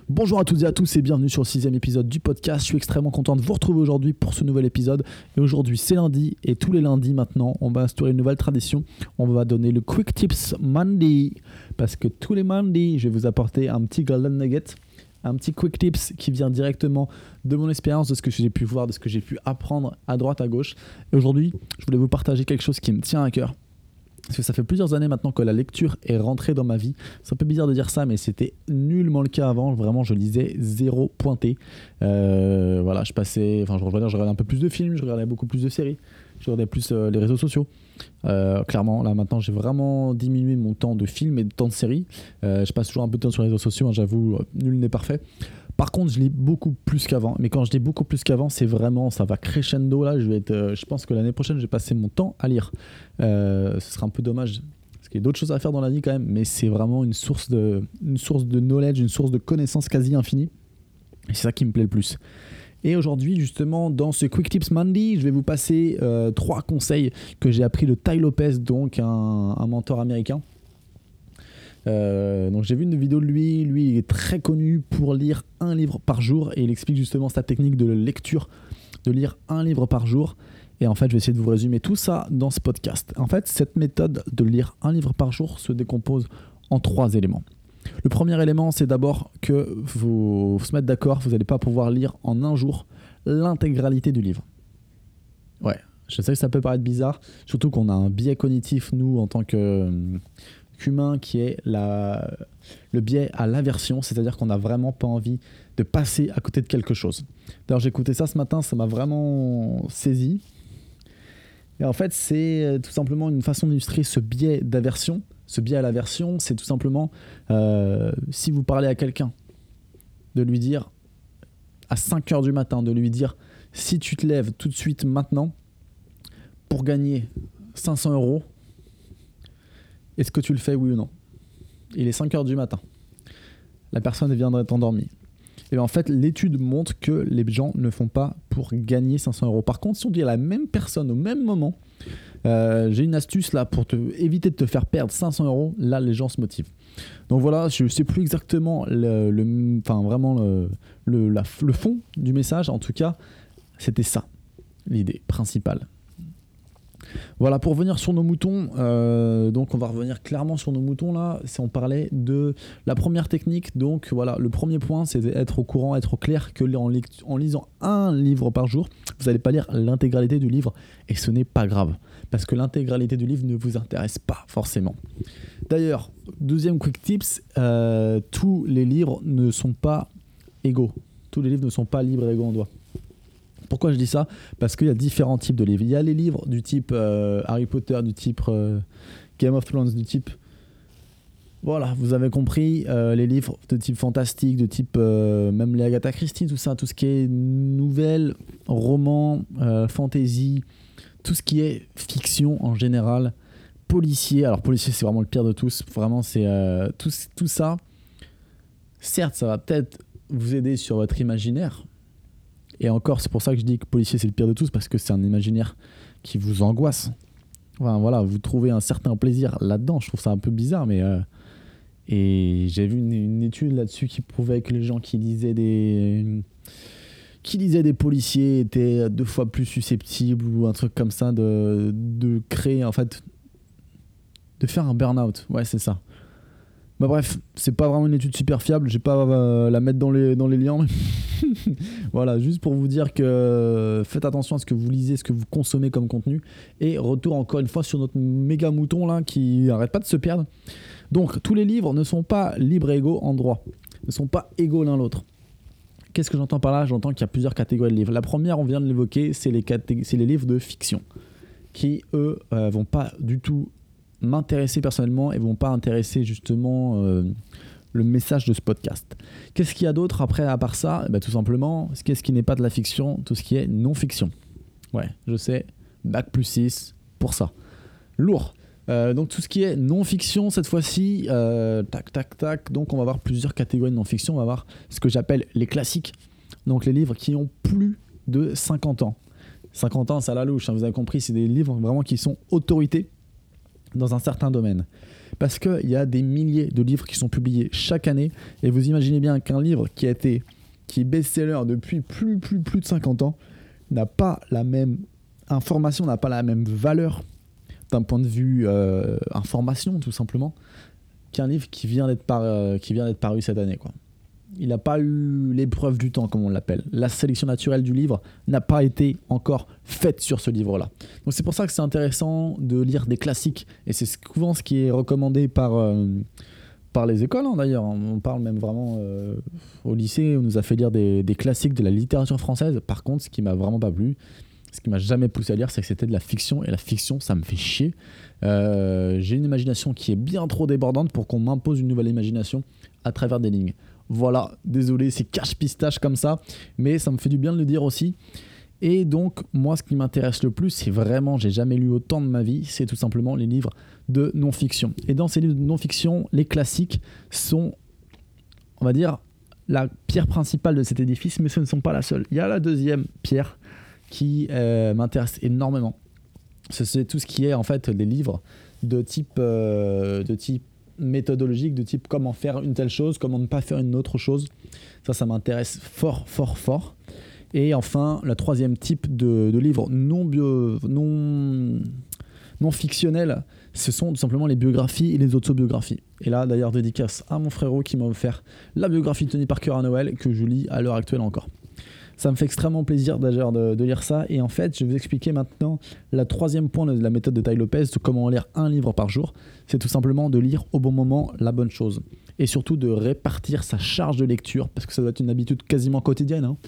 Bonjour à toutes et à tous et bienvenue sur le 6e épisode du podcast. Je suis extrêmement content de vous retrouver aujourd'hui pour ce nouvel épisode. Et aujourd'hui c'est lundi et tous les lundis maintenant on va instaurer une nouvelle tradition. On va donner le Quick Tips Monday parce que tous les lundis je vais vous apporter un petit Golden Nugget, un petit Quick Tips qui vient directement de mon expérience, de ce que j'ai pu voir, de ce que j'ai pu apprendre à droite, à gauche. Et aujourd'hui je voulais vous partager quelque chose qui me tient à cœur. Parce que ça fait plusieurs années maintenant que la lecture est rentrée dans ma vie. C'est un peu bizarre de dire ça, mais c'était nullement le cas avant. Vraiment, je lisais zéro pointé. Je regardais un peu plus de films, je regardais beaucoup plus de séries, je regardais plus les réseaux sociaux. Clairement, là maintenant, j'ai vraiment diminué mon temps de film et de temps de série. Je passe toujours un peu de temps sur les réseaux sociaux, j'avoue, nul n'est parfait. Par contre, je lis beaucoup plus qu'avant. Mais quand je dis beaucoup plus qu'avant, c'est vraiment, ça va crescendo. Là, je pense que l'année prochaine, je vais passer mon temps à lire. Ce sera un peu dommage, parce qu'il y a d'autres choses à faire dans la vie quand même. Mais c'est vraiment une source de knowledge, une source de connaissances quasi infinie. Et c'est ça qui me plaît le plus. Et aujourd'hui, justement, dans ce Quick Tips Monday, je vais vous passer 3 conseils que j'ai appris de Tai Lopez, donc un mentor américain. Donc j'ai vu une vidéo de lui, il est très connu pour lire un livre par jour et il explique justement sa technique de lecture, de lire un livre par jour. Et en fait je vais essayer de vous résumer tout ça dans ce podcast. En fait cette méthode de lire un livre par jour se décompose en 3 éléments. Le premier élément, c'est d'abord que vous se mettre d'accord, vous n'allez pas pouvoir lire en un jour l'intégralité du livre. Ouais, je sais que ça peut paraître bizarre, surtout qu'on a un biais cognitif nous en tant qu'humain qui est le biais à l'aversion, c'est-à-dire qu'on n'a vraiment pas envie de passer à côté de quelque chose. D'ailleurs j'ai écouté ça ce matin, ça m'a vraiment saisi. Et en fait c'est tout simplement une façon d'illustrer ce biais d'aversion. Ce biais à l'aversion, c'est tout simplement si vous parlez à quelqu'un, de lui dire à 5h du matin, de lui dire si tu te lèves tout de suite maintenant pour gagner 500 €, est-ce que tu le fais, oui ou non ? Il est 5h du matin. La personne vient d'être endormie. Et bien en fait, l'étude montre que les gens ne font pas pour gagner 500 €. Par contre, si on dit à la même personne au même moment, j'ai une astuce là pour éviter de te faire perdre 500 €, là les gens se motivent. Donc voilà, je ne sais plus exactement le fond du message. En tout cas, c'était ça, l'idée principale. Voilà, pour revenir sur nos moutons, donc on va revenir clairement sur nos moutons là, si on parlait de la première technique. Donc voilà, le premier point c'est d'être au courant, être au clair que en lisant un livre par jour, vous n'allez pas lire l'intégralité du livre et ce n'est pas grave, parce que l'intégralité du livre ne vous intéresse pas forcément. D'ailleurs, deuxième quick tips, tous les livres ne sont pas égaux, tous les livres ne sont pas libres et égaux en droit. Pourquoi je dis ça ? Parce qu'il y a différents types de livres. Il y a les livres du type Harry Potter, du type Game of Thrones, du type... Voilà, vous avez compris, les livres de type fantastique, de type même les Agatha Christie, tout ça, tout ce qui est nouvelles, romans, fantasy, tout ce qui est fiction en général, policier. Alors policier, c'est vraiment le pire de tous. Vraiment, c'est tout ça. Certes, ça va peut-être vous aider sur votre imaginaire. Et encore, c'est pour ça que je dis que policier c'est le pire de tous, parce que c'est un imaginaire qui vous angoisse. Enfin, voilà, vous trouvez un certain plaisir là-dedans. Je trouve ça un peu bizarre, mais et j'ai vu une étude là-dessus qui prouvait que les gens qui lisaient des policiers étaient 2 fois plus susceptibles ou un truc comme ça de créer, en fait, de faire un burn-out. Ouais, c'est ça. Bah bref, c'est pas vraiment une étude super fiable, je vais pas la mettre dans les liens. Voilà, juste pour vous dire que faites attention à ce que vous lisez, ce que vous consommez comme contenu. Et retour encore une fois sur notre méga mouton là qui n'arrête pas de se perdre. Donc tous les livres ne sont pas libres et égaux en droit, ne sont pas égaux l'un l'autre. Qu'est-ce que j'entends par là ? J'entends qu'il y a plusieurs catégories de livres. La première, on vient de l'évoquer, c'est les livres de fiction qui eux vont pas du tout m'intéresser personnellement et vont pas intéresser justement le message de ce podcast. Qu'est-ce qu'il y a d'autre après à part ça ? Tout simplement, qu'est-ce qui n'est pas de la fiction ? Tout ce qui est non-fiction. Ouais, je sais, bac plus 6 pour ça. Lourd. Donc tout ce qui est non-fiction cette fois-ci, tac. Donc on va avoir plusieurs catégories de non-fiction. On va avoir ce que j'appelle les classiques. Donc les livres qui ont plus de 50 ans. 50 ans, c'est à la louche, hein, vous avez compris, c'est des livres vraiment qui sont autorités dans un certain domaine. Parce qu'il y a des milliers de livres qui sont publiés chaque année, et vous imaginez bien qu'un livre qui est best-seller depuis plus de 50 ans n'a pas la même information, n'a pas la même valeur d'un point de vue information tout simplement qu'un livre qui vient d'être paru cette année, quoi. Il n'a pas eu l'épreuve du temps, comme on l'appelle. La sélection naturelle du livre n'a pas été encore faite sur ce livre-là. Donc c'est pour ça que c'est intéressant de lire des classiques, et c'est souvent ce qui est recommandé par les écoles, hein, d'ailleurs. On parle même vraiment au lycée, on nous a fait lire des classiques de la littérature française. Par contre, ce qui m'a vraiment pas plu, ce qui m'a jamais poussé à lire, c'est que c'était de la fiction, et la fiction, ça me fait chier. J'ai une imagination qui est bien trop débordante pour qu'on m'impose une nouvelle imagination à travers des lignes. Voilà, désolé, c'est cache-pistache comme ça, mais ça me fait du bien de le dire aussi. Et donc, moi, ce qui m'intéresse le plus, c'est vraiment, j'ai jamais lu autant de ma vie, c'est tout simplement les livres de non-fiction. Et dans ces livres de non-fiction, les classiques sont, on va dire, la pierre principale de cet édifice, mais ce ne sont pas la seule. Il y a la deuxième pierre qui m'intéresse énormément. C'est tout ce qui est en fait des livres de type méthodologique, de type comment faire une telle chose, comment ne pas faire une autre chose. Ça m'intéresse fort. Et enfin, le troisième type de livre non fictionnel, ce sont tout simplement les biographies et les autobiographies. Et là, d'ailleurs, dédicace à mon frérot qui m'a offert la biographie de Tony Parker à Noël, que je lis à l'heure actuelle encore. Ça me fait extrêmement plaisir d'ailleurs de lire ça. Et en fait, je vais vous expliquer maintenant le troisième point de la méthode de Tai Lopez, de comment lire un livre par jour. C'est tout simplement de lire au bon moment la bonne chose. Et surtout de répartir sa charge de lecture, parce que ça doit être une habitude quasiment quotidienne, hein.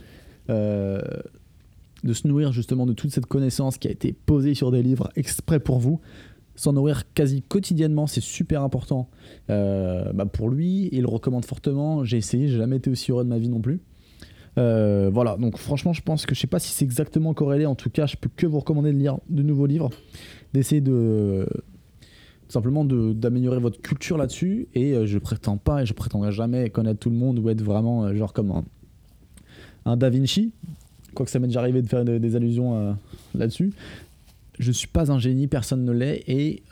De se nourrir justement de toute cette connaissance qui a été posée sur des livres exprès pour vous. S'en nourrir quasi quotidiennement, c'est super important pour lui. Il le recommande fortement. J'ai essayé, j'ai jamais été aussi heureux de ma vie non plus. Voilà, donc franchement je pense que je sais pas si c'est exactement corrélé, en tout cas je peux que vous recommander de lire de nouveaux livres, d'essayer tout simplement d'améliorer votre culture là-dessus, et je prétends pas et je prétendrai jamais connaître tout le monde ou être vraiment genre comme un Da Vinci, quoique ça m'est déjà arrivé de faire des allusions là-dessus. Je suis pas un génie, personne ne l'est, et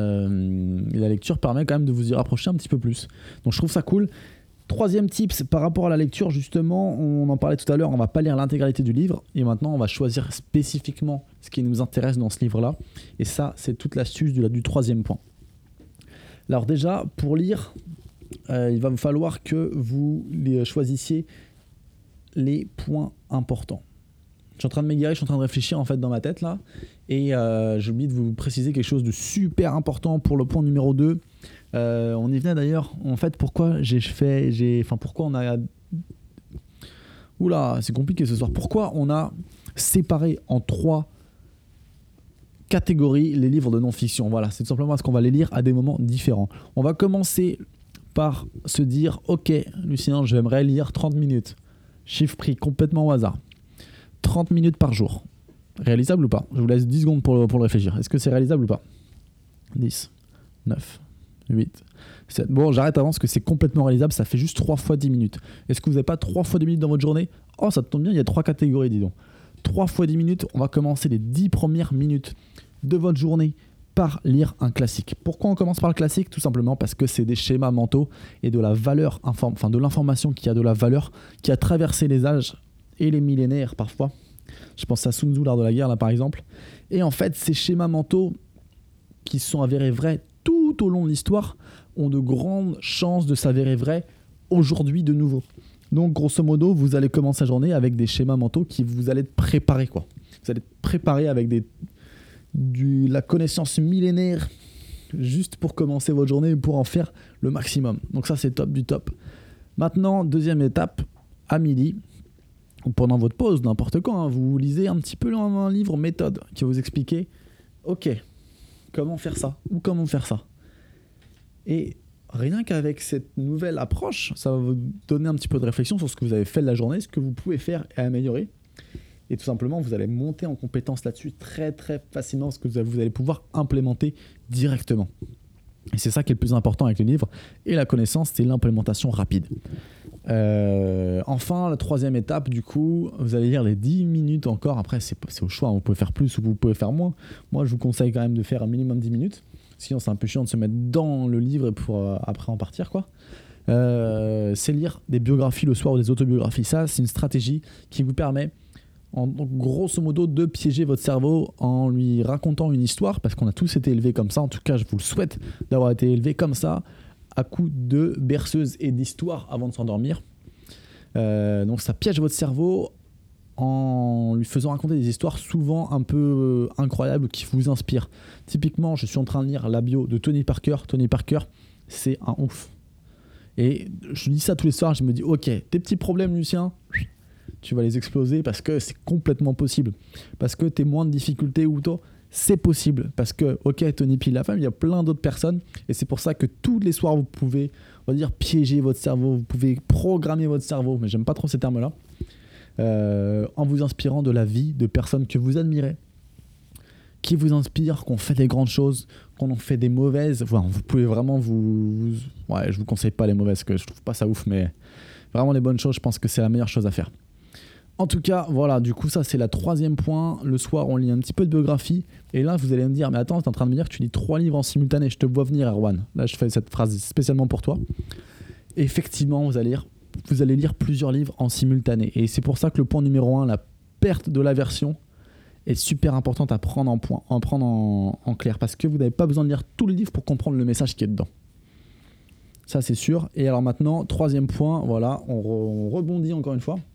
la lecture permet quand même de vous y rapprocher un petit peu plus, donc je trouve ça cool. Troisième tips par rapport à la lecture, justement, on en parlait tout à l'heure, on va pas lire l'intégralité du livre, et maintenant on va choisir spécifiquement ce qui nous intéresse dans ce livre-là, et ça c'est toute l'astuce du troisième point. Alors déjà, pour lire, il va vous falloir que vous choisissiez les points importants. Je suis en train de m'égarer, je suis en train de réfléchir en fait dans ma tête là, et j'ai oublié de vous préciser quelque chose de super important pour le point numéro 2. On y venait d'ailleurs, en fait, pourquoi pourquoi on a... Oula, c'est compliqué ce soir. Pourquoi on a séparé en 3 catégories les livres de non-fiction? Voilà, c'est tout simplement parce qu'on va les lire à des moments différents. On va commencer par se dire, ok, Lucien, j'aimerais lire 30 minutes. Chiffre pris complètement au hasard. 30 minutes par jour. Réalisable ou pas? Je vous laisse 10 secondes pour le réfléchir. Est-ce que c'est réalisable ou pas? 10, 9... 8, 7. Bon, j'arrête avant parce que c'est complètement réalisable, ça fait juste 3 fois 10 minutes. Est-ce que vous n'avez pas 3 fois 10 minutes dans votre journée? Oh, ça tombe bien, il y a 3 catégories, dis donc. 3 fois 10 minutes, on va commencer les 10 premières minutes de votre journée par lire un classique. Pourquoi on commence par le classique? Tout simplement parce que c'est des schémas mentaux et de la valeur, de l'information qui a de la valeur, qui a traversé les âges et les millénaires parfois. Je pense à Sun Tzu, l'art de la guerre, là par exemple. Et en fait, ces schémas mentaux qui se sont avérés vrais tout au long de l'histoire ont de grandes chances de s'avérer vrais aujourd'hui de nouveau. Donc grosso modo, vous allez commencer la journée avec des schémas mentaux qui vous allez être préparés, quoi. Vous allez être préparé avec la connaissance millénaire juste pour commencer votre journée et pour en faire le maximum. Donc ça c'est top du top. Maintenant, deuxième étape, à midi ou pendant votre pause, n'importe quand, hein, vous lisez un petit peu un livre méthode qui va vous expliquer ok, comment faire ça ou comment faire ça. Et rien qu'avec cette nouvelle approche, ça va vous donner un petit peu de réflexion sur ce que vous avez fait de la journée, ce que vous pouvez faire et améliorer. Et tout simplement, vous allez monter en compétence là-dessus très très facilement, ce que vous allez pouvoir implémenter directement. Et c'est ça qui est le plus important avec les livres. Et la connaissance, c'est l'implémentation rapide. Enfin, la troisième étape, du coup, vous allez lire les 10 minutes encore. Après, c'est au choix, vous pouvez faire plus ou vous pouvez faire moins. Moi, je vous conseille quand même de faire un minimum 10 minutes. sinon c'est un peu chiant de se mettre dans le livre pour après en partir, quoi. C'est lire des biographies le soir ou des autobiographies. Ça, c'est une stratégie qui vous permet, grosso modo, de piéger votre cerveau en lui racontant une histoire, parce qu'on a tous été élevés comme ça. En tout cas, je vous le souhaite d'avoir été élevés comme ça, à coups de berceuses et d'histoires avant de s'endormir. Donc ça piège votre cerveau en lui faisant raconter des histoires souvent un peu incroyables qui vous inspirent. Typiquement, je suis en train de lire la bio de Tony Parker. Tony Parker, c'est un ouf. Et je dis ça tous les soirs, je me dis ok, tes petits problèmes, Lucien, tu vas les exploser parce que c'est complètement possible. Parce que t'es moins de difficultés ou toi, c'est possible. Parce que ok, Tony pile la femme, il y a plein d'autres personnes et c'est pour ça que tous les soirs vous pouvez, on va dire, piéger votre cerveau, vous pouvez programmer votre cerveau, mais j'aime pas trop ces termes-là, en vous inspirant de la vie de personnes que vous admirez, qui vous inspirent, qu'on fait des grandes choses, qu'on en fait des mauvaises. Enfin, vous pouvez vraiment ouais, je vous conseille pas les mauvaises, parce que je trouve pas ça ouf, mais vraiment les bonnes choses, je pense que c'est la meilleure chose à faire. En tout cas, voilà, du coup, ça c'est la 3e point. Le soir, on lit un petit peu de biographie. Et là, vous allez me dire, mais attends, t'es en train de me dire que tu lis 3 livres en simultané. Je te vois venir, Erwan. Là, je fais cette phrase spécialement pour toi. Effectivement, vous allez lire plusieurs livres en simultané. Et c'est pour ça que le point numéro 1, la perte de l'aversion, est super importante à prendre en clair. Parce que vous n'avez pas besoin de lire tout le livre pour comprendre le message qui est dedans. Ça, c'est sûr. Et alors maintenant, 3e point, voilà, on rebondit encore une fois.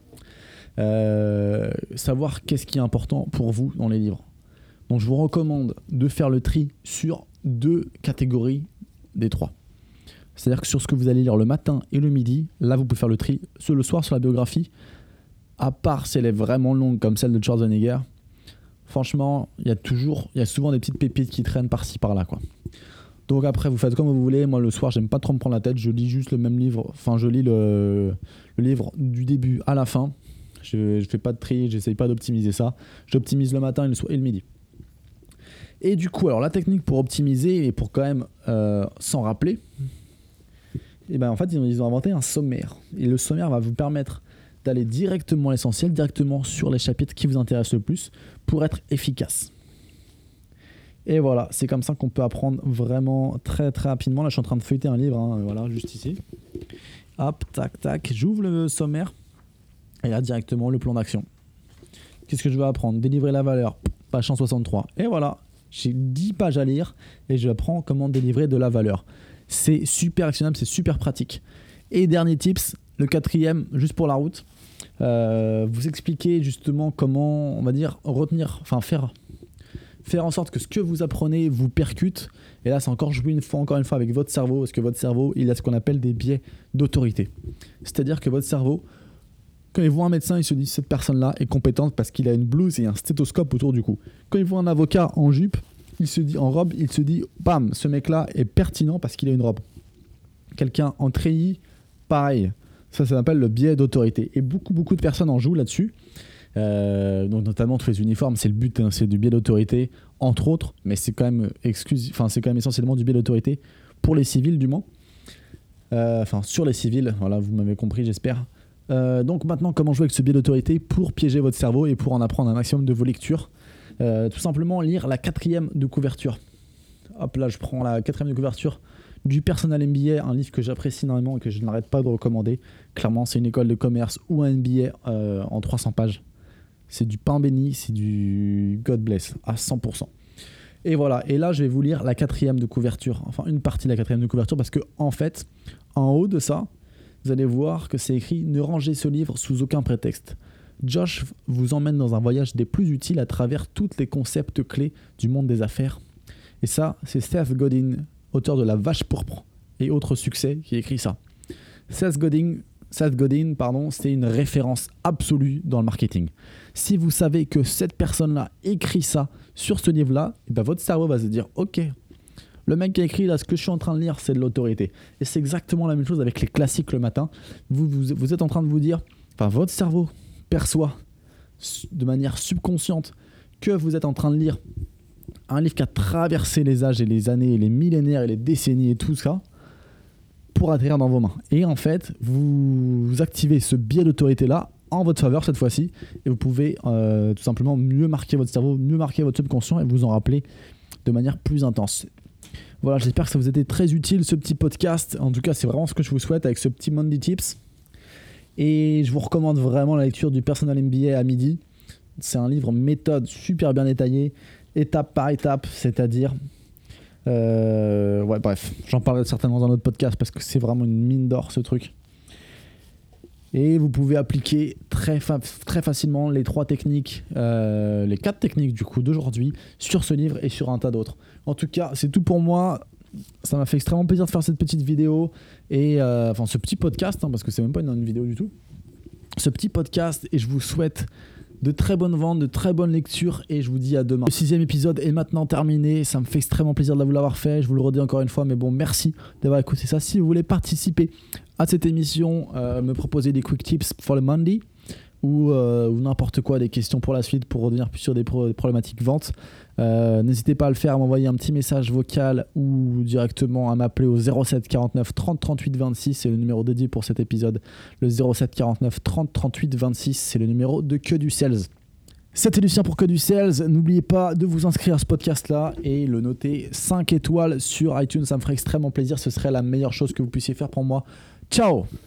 Savoir qu'est-ce qui est important pour vous dans les livres. Donc je vous recommande de faire le tri sur 2 catégories des 3. C'est-à-dire que sur ce que vous allez lire le matin et le midi, là vous pouvez faire le tri. Le soir sur la biographie, à part si elle est vraiment longue comme celle de Schwarzenegger, franchement, il y a souvent des petites pépites qui traînent par-ci par-là, quoi. Donc après vous faites comme vous voulez. Moi le soir j'aime pas trop me prendre la tête, je lis juste le même livre, enfin je lis le livre du début à la fin. Je fais pas de tri, j'essaye pas d'optimiser ça. J'optimise le matin et le midi. Et du coup, alors la technique pour optimiser et pour quand même s'en rappeler, et ben en fait ils ont inventé un sommaire. Et le sommaire va vous permettre d'aller directement à l'essentiel, directement sur les chapitres qui vous intéressent le plus pour être efficace. Et voilà, c'est comme ça qu'on peut apprendre vraiment très très rapidement. Là je suis en train de feuilleter un livre, hein, voilà, juste ici. Hop, tac, tac, j'ouvre le sommaire. Et là, directement, le plan d'action. Qu'est-ce que je vais apprendre ? Délivrer la valeur, page 163. Et voilà, j'ai 10 pages à lire et je apprends comment délivrer de la valeur. C'est super actionnable, c'est super pratique. Et dernier tips, le 4e, juste pour la route, vous expliquer justement comment, on va dire, faire en sorte que ce que vous apprenez vous percute. Et là, c'est encore jouer encore une fois avec votre cerveau, parce que votre cerveau, il a ce qu'on appelle des biais d'autorité. C'est-à-dire que votre cerveau, quand il voit un médecin, il se dit cette personne-là est compétente parce qu'il a une blouse et un stéthoscope autour du cou. Quand il voit un avocat en jupe, en robe, il se dit bam, ce mec-là est pertinent parce qu'il a une robe. Quelqu'un en treillis, pareil. Ça s'appelle le biais d'autorité. Et beaucoup de personnes en jouent là-dessus. Donc notamment tous les uniformes, c'est le but, hein, c'est du biais d'autorité, entre autres, mais c'est quand même essentiellement du biais d'autorité pour les civils du moins. Sur les civils, voilà, vous m'avez compris, j'espère. Donc maintenant, comment jouer avec ce biais d'autorité pour piéger votre cerveau et pour en apprendre un maximum de vos lectures. Tout simplement lire la 4e de couverture. Hop là, je prends la 4e de couverture du Personal MBA, un livre que j'apprécie énormément et que je n'arrête pas de recommander. Clairement, c'est une école de commerce ou un MBA en 300 pages. C'est du pain béni, c'est du God bless à 100%. Et voilà, et là je vais vous lire la 4e de couverture, enfin une partie de la 4e de couverture, parce que en fait, en haut de ça, vous allez voir que c'est écrit « Ne rangez ce livre sous aucun prétexte ». Josh vous emmène dans un voyage des plus utiles à travers tous les concepts clés du monde des affaires. Et ça, c'est Seth Godin, auteur de La Vache pourpre et autres succès, qui écrit ça. Seth Godin, c'est une référence absolue dans le marketing. Si vous savez que cette personne-là écrit ça sur ce livre-là, et ben votre cerveau va se dire « Ok, le mec qui a écrit là, ce que je suis en train de lire, c'est de l'autorité. » Et c'est exactement la même chose avec les classiques le matin. Vous êtes en train de vous dire, enfin votre cerveau perçoit de manière subconsciente que vous êtes en train de lire un livre qui a traversé les âges et les années et les millénaires et les décennies et tout ça pour atterrir dans vos mains. Et en fait, vous activez ce biais d'autorité-là en votre faveur cette fois-ci et vous pouvez tout simplement mieux marquer votre cerveau, mieux marquer votre subconscient et vous en rappeler de manière plus intense. Voilà, j'espère que ça vous a été très utile ce petit podcast. En tout cas, c'est vraiment ce que je vous souhaite avec ce petit Monday Tips. Et je vous recommande vraiment la lecture du Personal MBA à midi. C'est un livre méthode super bien détaillé, étape par étape, c'est-à-dire... bref, j'en parlerai certainement dans un autre podcast parce que c'est vraiment une mine d'or ce truc. Et vous pouvez appliquer très facilement les 3 techniques, les 4 techniques du coup d'aujourd'hui sur ce livre et sur un tas d'autres. En tout cas, c'est tout pour moi. Ça m'a fait extrêmement plaisir de faire cette petite vidéo et ce petit podcast, parce que c'est même pas une vidéo du tout. Ce petit podcast, et je vous souhaite de très bonnes ventes, de très bonnes lectures, et je vous dis à demain. Le 6e épisode est maintenant terminé, ça me fait extrêmement plaisir de vous l'avoir fait, je vous le redis encore une fois, mais bon, merci d'avoir écouté ça. Si vous voulez participer à cette émission, me proposer des quick tips for the Monday, ou n'importe quoi, des questions pour la suite, pour revenir plus sur des problématiques ventes, n'hésitez pas à le faire, à m'envoyer un petit message vocal ou directement à m'appeler au 07 49 30 38 26, c'est le numéro dédié pour cet épisode. Le 07 49 30 38 26, c'est le numéro de Que du Sales. C'était Lucien pour Que du Sales. N'oubliez pas de vous inscrire à ce podcast-là et le noter 5 étoiles sur iTunes, ça me ferait extrêmement plaisir, ce serait la meilleure chose que vous puissiez faire pour moi. Ciao!